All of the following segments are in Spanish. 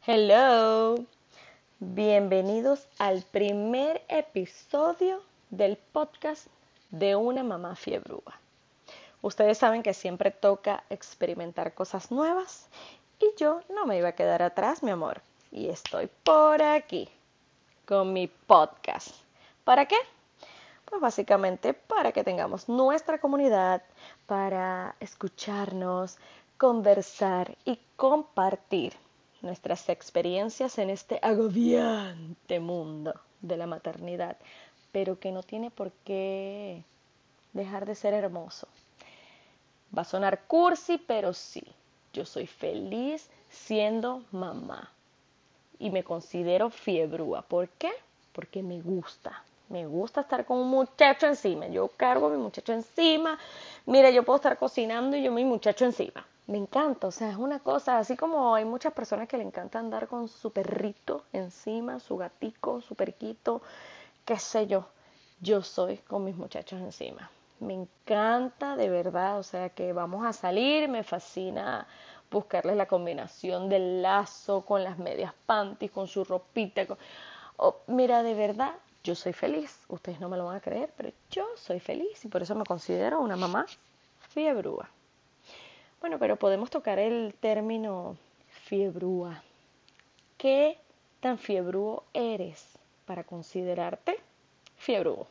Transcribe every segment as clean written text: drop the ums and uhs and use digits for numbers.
Hello, bienvenidos al primer episodio del podcast de una mamá fiebrúa. Ustedes saben que siempre toca experimentar cosas nuevas y yo no me iba a quedar atrás, mi amor. Y estoy por aquí con mi podcast. ¿Para qué? Pues básicamente para que tengamos nuestra comunidad, para escucharnos, conversar y compartir nuestras experiencias en este agobiante mundo de la maternidad, pero que no tiene por qué dejar de ser hermoso. Va a sonar cursi, pero sí, yo soy feliz siendo mamá y me considero fiebrúa. ¿Por qué? Porque me gusta. Me gusta estar con un muchacho encima. Yo cargo a mi muchacho encima. Mira, yo puedo estar cocinando y yo mi muchacho encima. Me encanta, o sea, es una cosa, así como hay muchas personas que le encanta andar con su perrito encima, su gatico, su periquito, qué sé yo. Yo soy con mis muchachos encima. Me encanta de verdad, o sea que vamos a salir, me fascina buscarles la combinación del lazo con las medias panties, con su ropita. Oh, mira, de verdad, yo soy feliz. Ustedes no me lo van a creer, pero yo soy feliz y por eso me considero una mamá fiebrúa. Bueno, pero podemos tocar el término fiebrúa. ¿Qué tan fiebrúo eres para considerarte fiebrúo?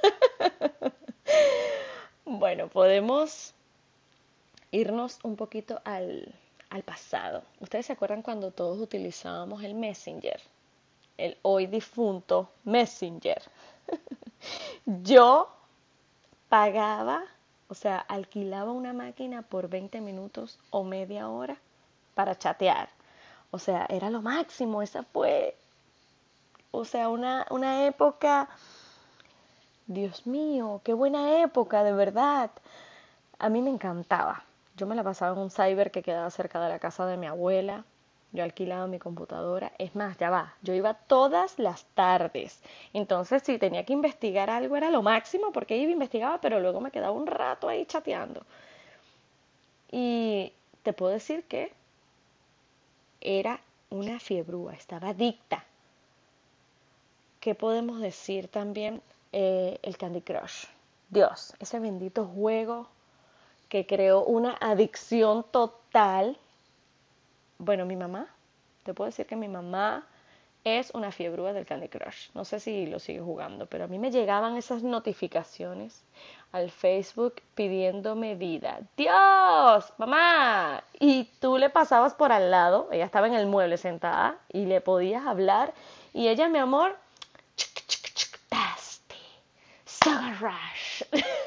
Bueno, podemos irnos un poquito al pasado. ¿Ustedes se acuerdan cuando todos utilizábamos el Messenger? El hoy difunto Messenger. Yo pagaba, o sea, alquilaba una máquina por 20 minutos o media hora para chatear. O sea, era lo máximo. Esa fue, o sea, una época, Dios mío, qué buena época, de verdad. A mí me encantaba. Yo me la pasaba en un cyber que quedaba cerca de la casa de mi abuela. Yo alquilaba mi computadora. Es más, ya va. Yo iba todas las tardes. Entonces, si tenía que investigar algo, era lo máximo porque iba e investigaba, pero luego me quedaba un rato ahí chateando. Y te puedo decir que era una fiebrúa, estaba adicta. ¿Qué podemos decir también? El Candy Crush. Dios, ese bendito juego que creó una adicción total. Bueno, mi mamá, te puedo decir que mi mamá es una fiebrúa del Candy Crush. No sé si lo sigue jugando, pero a mí me llegaban esas notificaciones al Facebook pidiéndome vida. Dios, mamá. Y tú le pasabas por al lado, ella estaba en el mueble sentada y le podías hablar y ella, mi amor, tasty, sugar rush.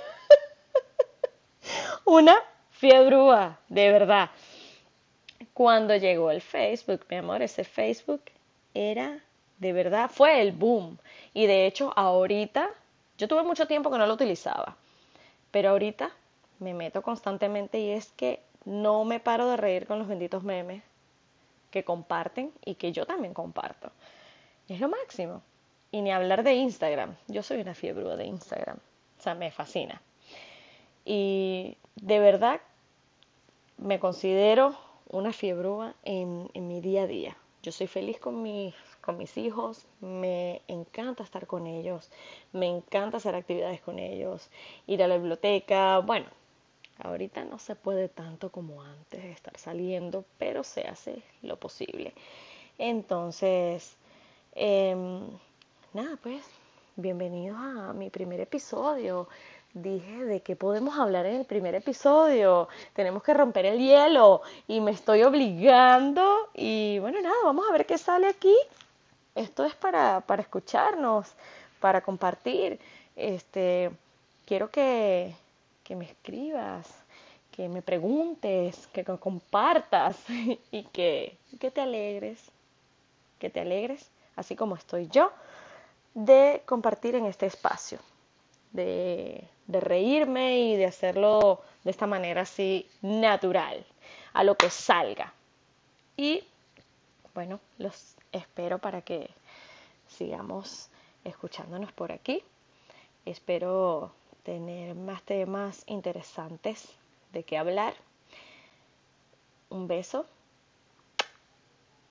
Una fiebrúa, de verdad. Cuando llegó el Facebook, mi amor, ese Facebook era, de verdad, fue el boom. Y de hecho, ahorita, yo tuve mucho tiempo que no lo utilizaba, pero ahorita me meto constantemente y es que no me paro de reír con los benditos memes que comparten y que yo también comparto. Es lo máximo. Y ni hablar de Instagram. Yo soy una fiebre de Instagram. O sea, me fascina. Y de verdad me considero una fiebrúa en mi día a día. Yo soy feliz con mis hijos, me encanta estar con ellos, me encanta hacer actividades con ellos, ir a la biblioteca. Bueno, ahorita no se puede tanto como antes de estar saliendo, pero se hace lo posible. Entonces, nada, pues, bienvenidos a mi primer episodio. Dije de qué podemos hablar en el primer episodio. Tenemos que romper el hielo y me estoy obligando. Y bueno, nada, vamos a ver qué sale aquí. Esto es para escucharnos, para compartir. Quiero que me escribas, que me preguntes, que compartas y que te alegres, así como estoy yo, de compartir en este espacio, de reírme y de hacerlo de esta manera así natural, a lo que salga. Y bueno, los espero para que sigamos escuchándonos por aquí. Espero tener más temas interesantes de qué hablar. Un beso